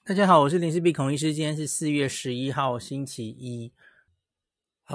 大家好，我是林氏璧孔医师，今天是4月11号星期一。好，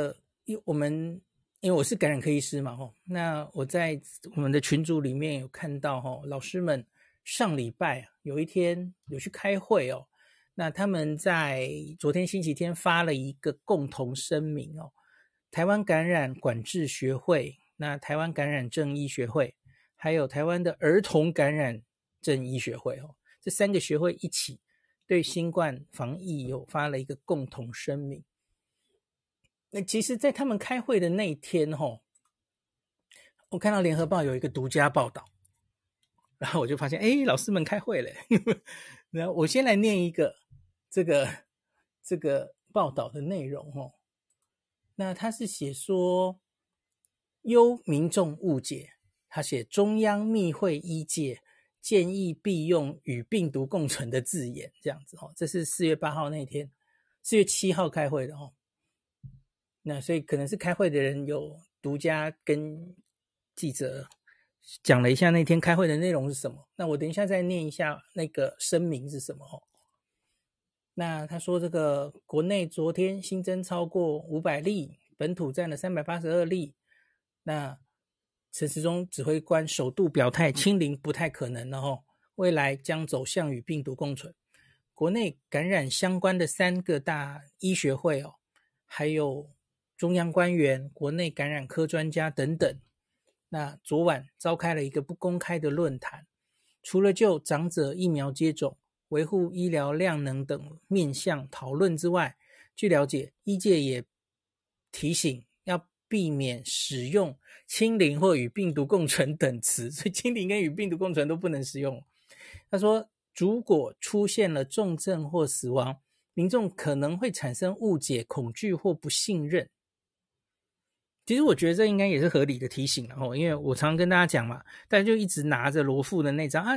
因为我是感染科医师嘛，那我在我们的群组里面有看到老师们上礼拜有一天有去开会那他们在昨天星期天发了一个共同声明台湾感染管制学会、那台湾感染症医学会，还有台湾的儿童感染症医学会这三个学会一起对新冠防疫有发了一个共同声明。那其实在他们开会的那一天我看到联合报有一个独家报道，然后我就发现老师们开会了然后我先来念一个这个报道的内容那他是写说忧民众误解，他写中央密会医界建议必用与病毒共存的字眼，这样子这是4月8号那天，4月7号开会的那所以可能是开会的人有独家跟记者讲了一下那天开会的内容是什么。那我等一下再念一下那个声明是什么那他说这个国内昨天新增超过500例，本土占了382例。那陈时中指挥官首度表态，清零不太可能了未来将走向与病毒共存。国内感染相关的3个大医学会还有中央官员、国内感染科专家等等，那昨晚召开了一个不公开的论坛，除了就长者疫苗接种、维护医疗量能等面向讨论之外，据了解，医界也提醒要避免使用清零或与病毒共存等词，所以清零跟与病毒共存都不能使用。他说，如果出现了重症或死亡，民众可能会产生误解、恐惧或不信任。其实我觉得这应该也是合理的提醒因为我常常跟大家讲嘛，大家就一直拿着罗富的那张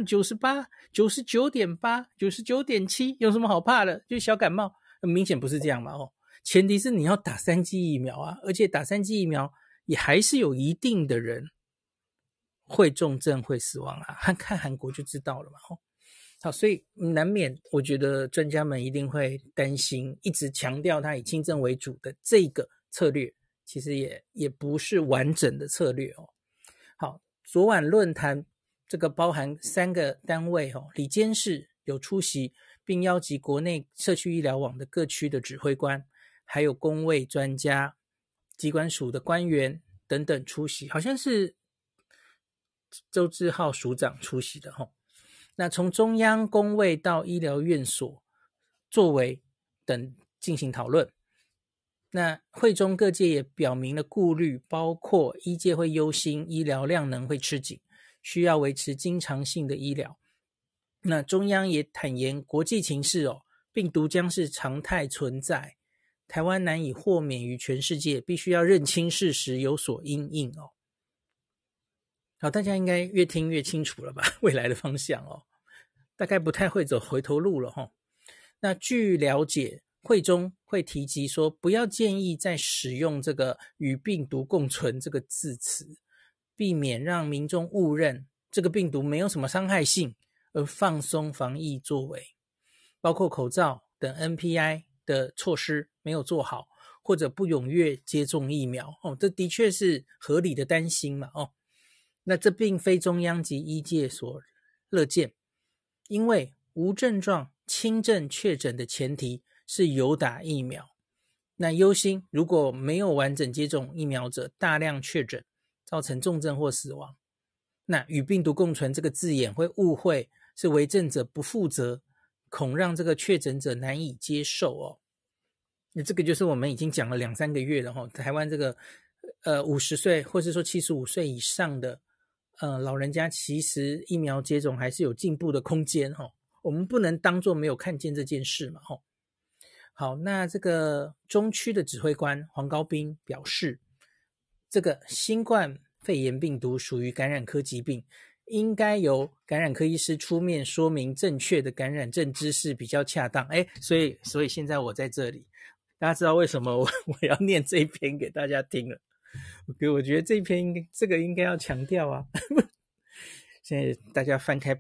98、99.8、99.7，有什么好怕的？就小感冒，明显不是这样嘛前提是你要打3剂疫苗而且打3剂疫苗也还是有一定的人会重症会死亡看韩国就知道了嘛好，所以难免我觉得专家们一定会担心，一直强调他以轻症为主的这个策略其实也不是完整的策略好，昨晚论坛这个包含3个单位理监事有出席，并邀集国内社区医疗网的各区的指挥官，还有公卫专家、疾管署的官员等等出席，好像是周志浩署长出席的那从中央公卫到医疗院所作为等进行讨论。那会中各界也表明了顾虑，包括医界会忧心医疗量能会吃紧，需要维持经常性的医疗。那中央也坦言国际情势病毒将是常态存在，台湾难以豁免于全世界，必须要认清事实，有所因应好，大家应该越听越清楚了吧？未来的方向大概不太会走回头路了那据了解，会中会提及说，不要建议再使用这个与病毒共存这个字词，避免让民众误认这个病毒没有什么伤害性，而放松防疫作为，包括口罩等 NPI 的措施没有做好，或者不踊跃接种疫苗这的确是合理的担心嘛那这并非中央及医界所乐见，因为无症状轻症确诊的前提是有打疫苗，那忧心如果没有完整接种疫苗者大量确诊，造成重症或死亡，那与病毒共存这个字眼会误会是为政者不负责，恐让这个确诊者难以接受那这个就是我们已经讲了2-3个月了台湾这个50岁或是说75岁以上的老人家其实疫苗接种还是有进步的空间我们不能当作没有看见这件事嘛好，那这个中区的指挥官黄高斌表示，这个新冠肺炎病毒属于感染科疾病，应该由感染科医师出面说明正确的感染症知识比较恰当所以现在我在这里，大家知道为什么我要念这一篇给大家听了。我觉得这个应该要强调现在大家翻开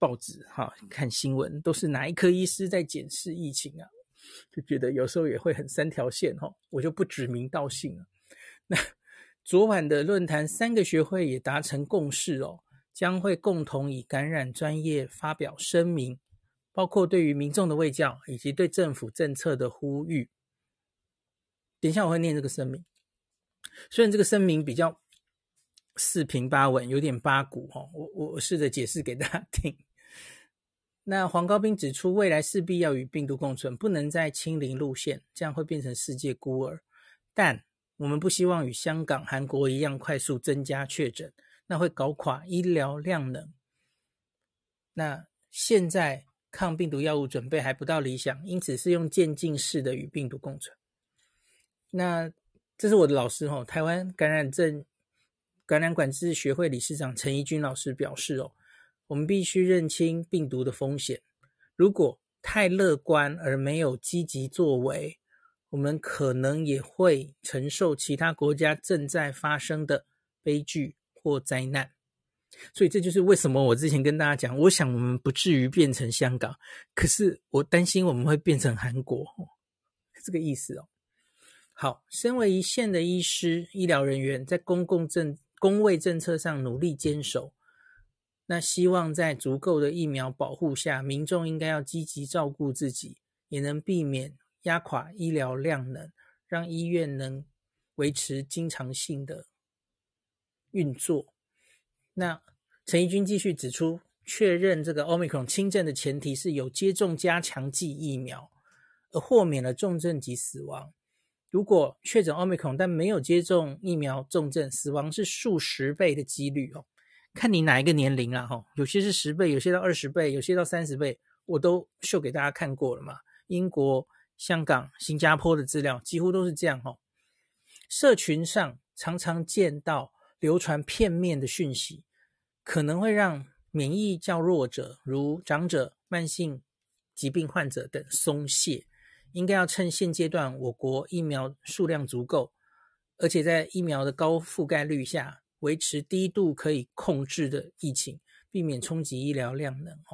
报纸看新闻，都是哪一科医师在检视疫情啊，就觉得有时候也会很三条线我就不指名道姓了。那昨晚的论坛3个学会也达成共识将会共同以感染专业发表声明，包括对于民众的卫教以及对政府政策的呼吁。等一下我会念这个声明，虽然这个声明比较四平八稳，有点八股我试着解释给大家听。那黄高斌指出，未来势必要与病毒共存，不能再清零路线，这样会变成世界孤儿。但我们不希望与香港、韩国一样快速增加确诊，那会搞垮医疗量能。那现在抗病毒药物准备还不到理想，因此是用渐进式的与病毒共存。那这是我的老师台湾感染管制学会理事长陈怡君老师表示我们必须认清病毒的风险，如果太乐观而没有积极作为，我们可能也会承受其他国家正在发生的悲剧或灾难。所以这就是为什么我之前跟大家讲，我想我们不至于变成香港，可是我担心我们会变成韩国这个意思好，身为一线的医师、医疗人员，在公卫政策上努力坚守，那希望在足够的疫苗保护下，民众应该要积极照顾自己，也能避免压垮医疗量能，让医院能维持经常性的运作。那陈怡君继续指出，确认这个 Omicron 轻症的前提是有接种加强剂疫苗，而豁免了重症及死亡。如果确诊 Omicron 但没有接种疫苗重症，死亡是数十倍的几率看你哪一个年龄啦有些是10倍，有些到20倍，有些到30倍，我都秀给大家看过了嘛。英国、香港、新加坡的资料几乎都是这样社群上常常见到流传片面的讯息，可能会让免疫较弱者，如长者、慢性疾病患者等松懈。应该要趁现阶段我国疫苗数量足够，而且在疫苗的高覆盖率下，维持低度可以控制的疫情，避免冲击医疗量能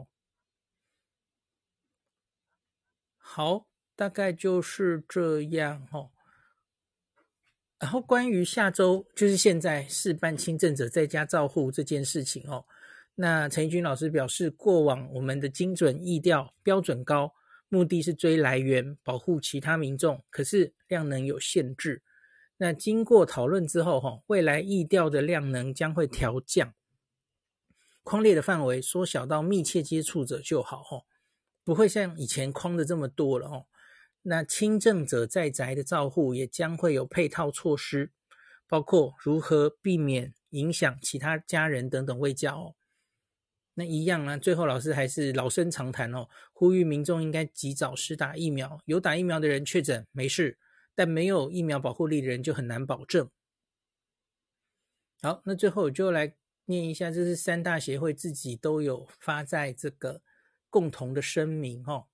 好，大概就是这样然后关于下周就是现在试办轻症者在家照护这件事情那陈怡君老师表示，过往我们的精准疫调标准高，目的是追来源，保护其他民众，可是量能有限制。那经过讨论之后未来疫调的量能将会调降，匡列的范围缩小到密切接触者就好不会像以前框的这么多了那轻症者在宅的照护也将会有配套措施，包括如何避免影响其他家人等等卫教那一样啊，最后老师还是老生常谈呼吁民众应该及早施打疫苗，有打疫苗的人确诊没事，但没有疫苗保护力的人就很难保证。好，那最后我就来念一下，这是3大协会自己都有发在这个共同的声明好，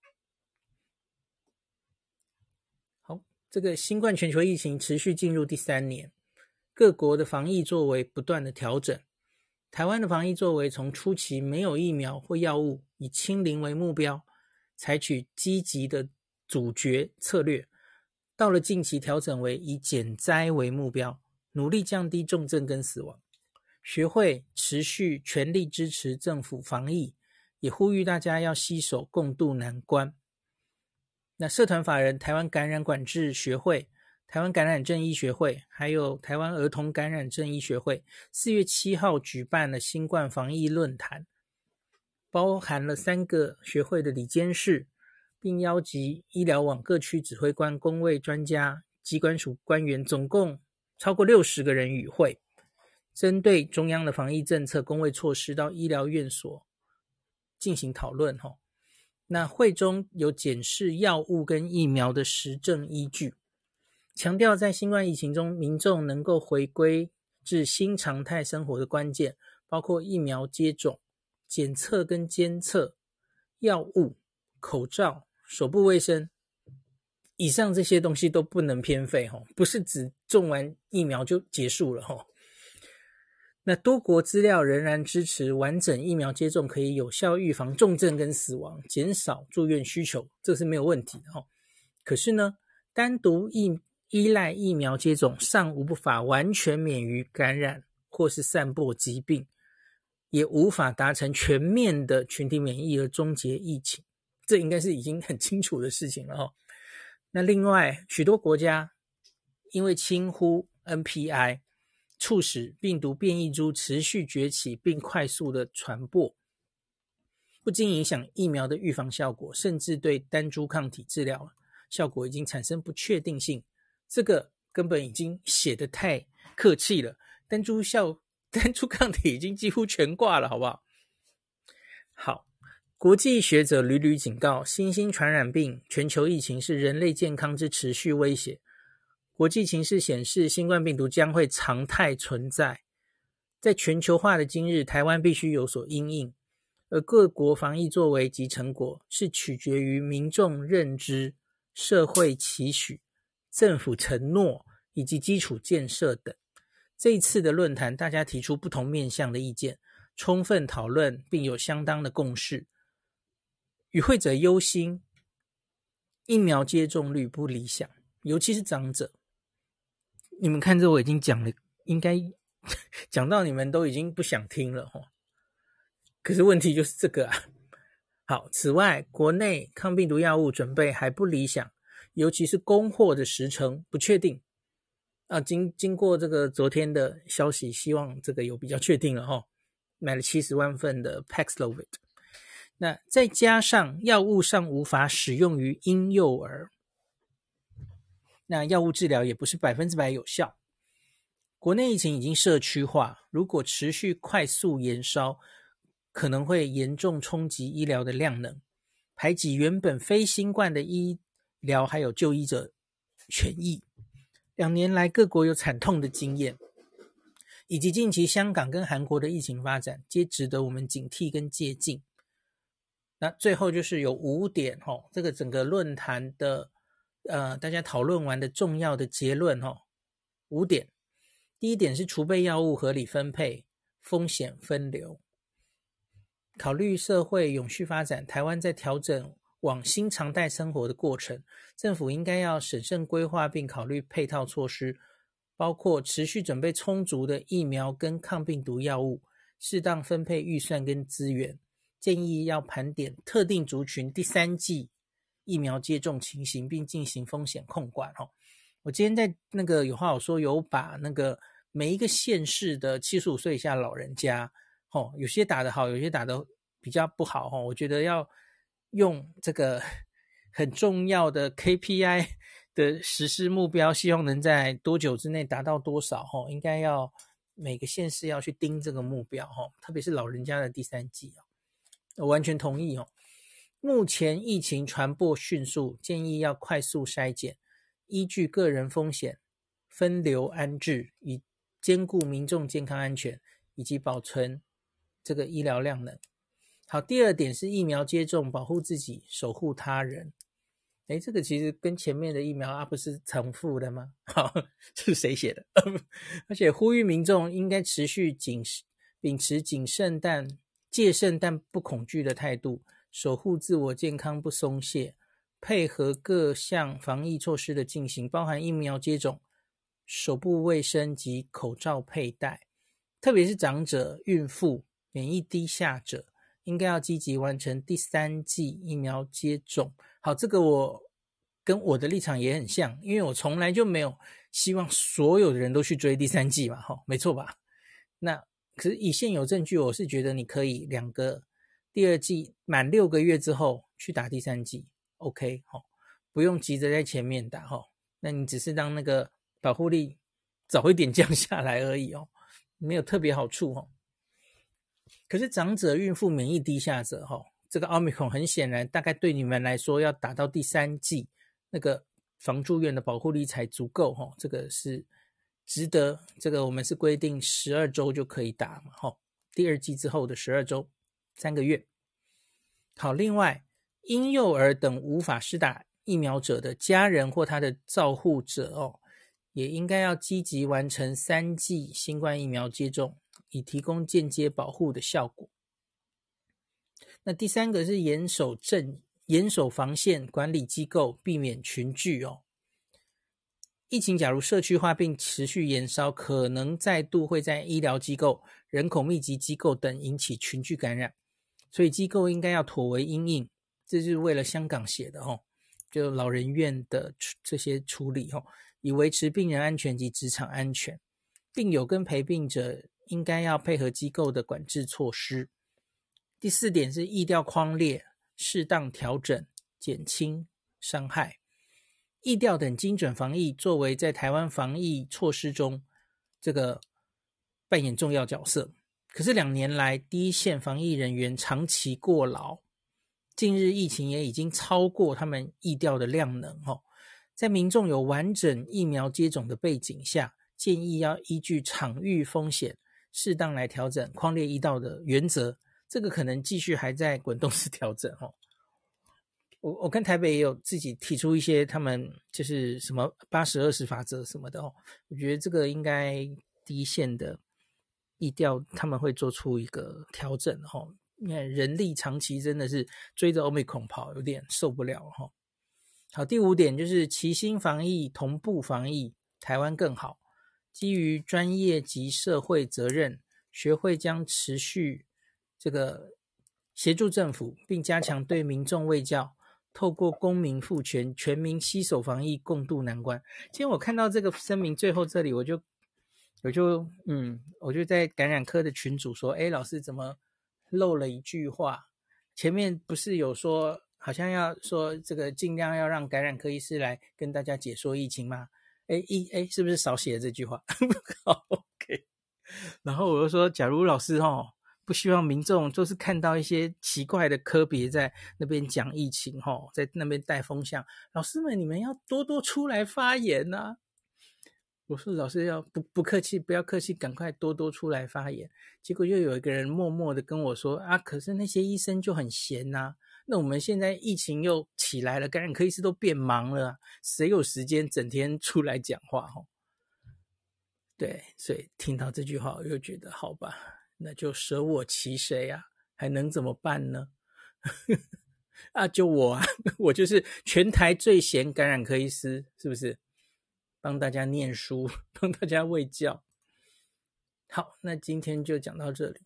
这个新冠全球疫情持续进入第3年，各国的防疫作为不断的调整。台湾的防疫作为从初期没有疫苗或药物，以清零为目标，采取积极的阻绝策略，到了近期调整为以减灾为目标，努力降低重症跟死亡。学会持续全力支持政府防疫，也呼吁大家要携手共度难关。那社团法人台湾感染管制学会、台湾感染症医学会，还有台湾儿童感染症医学会4月7号举办了新冠防疫论坛，包含了3个学会的理监事，并邀集医疗网各区指挥官、公卫专家、机关署官员，总共超过60个人与会，针对中央的防疫政策、公卫措施到医疗院所进行讨论那会中有检视药物跟疫苗的实证依据，强调在新冠疫情中，民众能够回归至新常态生活的关键，包括疫苗接种、检测跟监测、药物、口罩、手部卫生，以上这些东西都不能偏废不是只种完疫苗就结束了那多国资料仍然支持完整疫苗接种可以有效预防重症跟死亡，减少住院需求，这是没有问题的哦。可是呢，单独依赖疫苗接种尚无法完全免于感染或是散播疾病，也无法达成全面的群体免疫而终结疫情，这应该是已经很清楚的事情了哦。那另外，许多国家因为轻忽 NPI， 促使病毒变异株持续崛起并快速的传播，不仅影响疫苗的预防效果，甚至对单株抗体治疗效果已经产生不确定性。这个根本已经写得太客气了，单株抗体已经几乎全挂了，好不好？好，国际学者屡屡警告，新兴传染病全球疫情是人类健康之持续威胁。国际情势显示，新冠病毒将会常态存在。在全球化的今日，台湾必须有所因应，而各国防疫作为及成果是取决于民众认知、社会期许、政府承诺以及基础建设等。这一次的论坛，大家提出不同面向的意见，充分讨论并有相当的共识。与会者忧心疫苗接种率不理想，尤其是长者。你们看这我已经讲了，应该讲到你们都已经不想听了齁。可是问题就是这个啊。好，此外，国内抗病毒药物准备还不理想，尤其是供货的时程不确定。经过这个昨天的消息，希望这个有比较确定了齁。买了70万份的 Paxlovid。那再加上药物上无法使用于婴幼儿，那药物治疗也不是100%有效。国内疫情已经社区化，如果持续快速延烧，可能会严重冲击医疗的量能，排挤原本非新冠的医疗还有就医者权益。2年来各国有惨痛的经验，以及近期香港跟韩国的疫情发展，皆值得我们警惕跟借鉴。那最后就是有5点这个整个论坛的大家讨论完的重要的结论5点。第一点是储备药物合理分配，风险分流。考虑社会永续发展，台湾在调整往新常态生活的过程，政府应该要审慎规划并考虑配套措施，包括持续准备充足的疫苗跟抗病毒药物，适当分配预算跟资源，建议要盘点特定族群第3剂疫苗接种情形，并进行风险控管我今天在那个有话好说，有把那个每一个县市的75岁以下老人家有些打得好，有些打得比较不好我觉得要用这个很重要的 KPI 的实施目标，希望能在多久之内达到多少应该要每个县市要去盯这个目标特别是老人家的第3剂我完全同意目前疫情传播迅速，建议要快速筛检，依据个人风险分流安置，以兼顾民众健康安全以及保存这个医疗量能。好，第2点是疫苗接种，保护自己，守护他人。这个其实跟前面的疫苗不是重复的吗？好，这是谁写的？而且呼吁民众应该持续秉持戒慎但不恐惧的态度，守护自我健康不松懈，配合各项防疫措施的进行，包含疫苗接种、手部卫生及口罩佩戴。特别是长者、孕妇、免疫低下者，应该要积极完成第3剂疫苗接种。好，这个我跟我的立场也很像，因为我从来就没有希望所有的人都去追第3剂嘛，没错吧？那可是以现有证据，我是觉得你可以第2剂满6个月之后去打第3剂 ，OK 不用急着在前面打那你只是让那个保护力早一点降下来而已没有特别好处可是长者、孕妇、免疫低下者这个 Omicron 很显然大概对你们来说要打到第3剂，那个防住院的保护力才足够这个是值得，这个我们是规定12周就可以打嘛第2剂之后的12周，3个月。好，另外婴幼儿等无法施打疫苗者的家人或他的照护者也应该要积极完成3剂新冠疫苗接种， 以提供间接保护的效果。那第三个是严守防线管理机构，避免群聚哦。疫情假如社区化并持续延烧，可能再度会在医疗机构、人口密集机构等引起群聚感染，所以机构应该要妥为因应，这是为了香港写的哦，就老人院的这些处理哦，以维持病人安全及职场安全。病友跟陪病者应该要配合机构的管制措施。第四点是疫调匡列，适当调整，减轻伤害。疫调等精准防疫作为在台湾防疫措施中这个扮演重要角色，可是2年来第一线防疫人员长期过劳，近日疫情也已经超过他们疫调的量能哦。在民众有完整疫苗接种的背景下，建议要依据场域风险适当来调整匡列疫调的原则，这个可能继续还在滚动式调整哦。我看台北也有自己提出一些他们就是什么80-20法则什么的哦，我觉得这个应该第一线的疫调他们会做出一个调整哦，因为人力长期真的是追着 Omicron 跑，有点受不了哈。好，第5点就是齐心防疫、同步防疫，台湾更好。基于专业及社会责任，学会将持续这个协助政府，并加强对民众卫教。透过公民赋权，全民携手防疫，共度难关。今天我看到这个声明最后这里，我就在感染科的群组说，老师怎么漏了一句话？前面不是有说，好像要说这个尽量要让感染科医师来跟大家解说疫情吗？是不是少写了这句话？好 ，OK。然后我就说，假如老师不希望民众就是看到一些奇怪的科别在那边讲疫情在那边带风向，老师们你们要多多出来发言啊。我说老师要不客气，不要客气，赶快多多出来发言。结果又有一个人默默的跟我说啊，可是那些医生就很闲啊，那我们现在疫情又起来了，感染科医师都变忙了，谁有时间整天出来讲话对，所以听到这句话我又觉得好吧，那就舍我其谁啊，还能怎么办呢？就我啊，我就是全台最闲感染科医师，是不是？帮大家念书，帮大家卫教。好，那今天就讲到这里。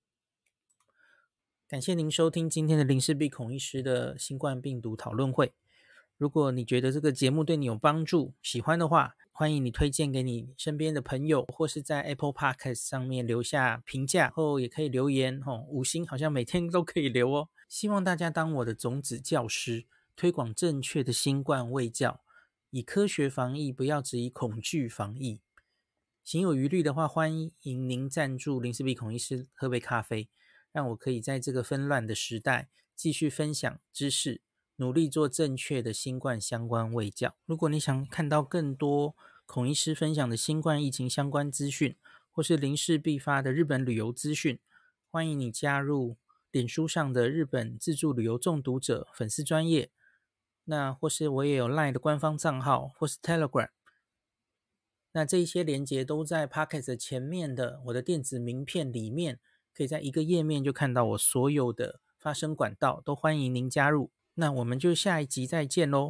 感谢您收听今天的林氏璧孔医师的新冠病毒讨论会。如果你觉得这个节目对你有帮助，喜欢的话，欢迎你推荐给你身边的朋友，或是在 Apple Podcast 上面留下评价，后也可以留言5星好像每天都可以留哦。希望大家当我的种子教师，推广正确的新冠卫教，以科学防疫，不要只以恐惧防疫。行有余力的话，欢迎您赞助林氏璧孔医师喝杯咖啡，让我可以在这个纷乱的时代继续分享知识，努力做正确的新冠相关卫教。如果你想看到更多孔医师分享的新冠疫情相关资讯，或是林氏璧发的日本旅游资讯，欢迎你加入脸书上的日本自助旅游中毒者粉丝专页，那或是我也有 LINE 的官方账号，或是 Telegram。那这一些连结都在 Podcast 前面的我的电子名片里面，可以在一个页面就看到我所有的发声管道，都欢迎您加入。那我们就下一集再见咯。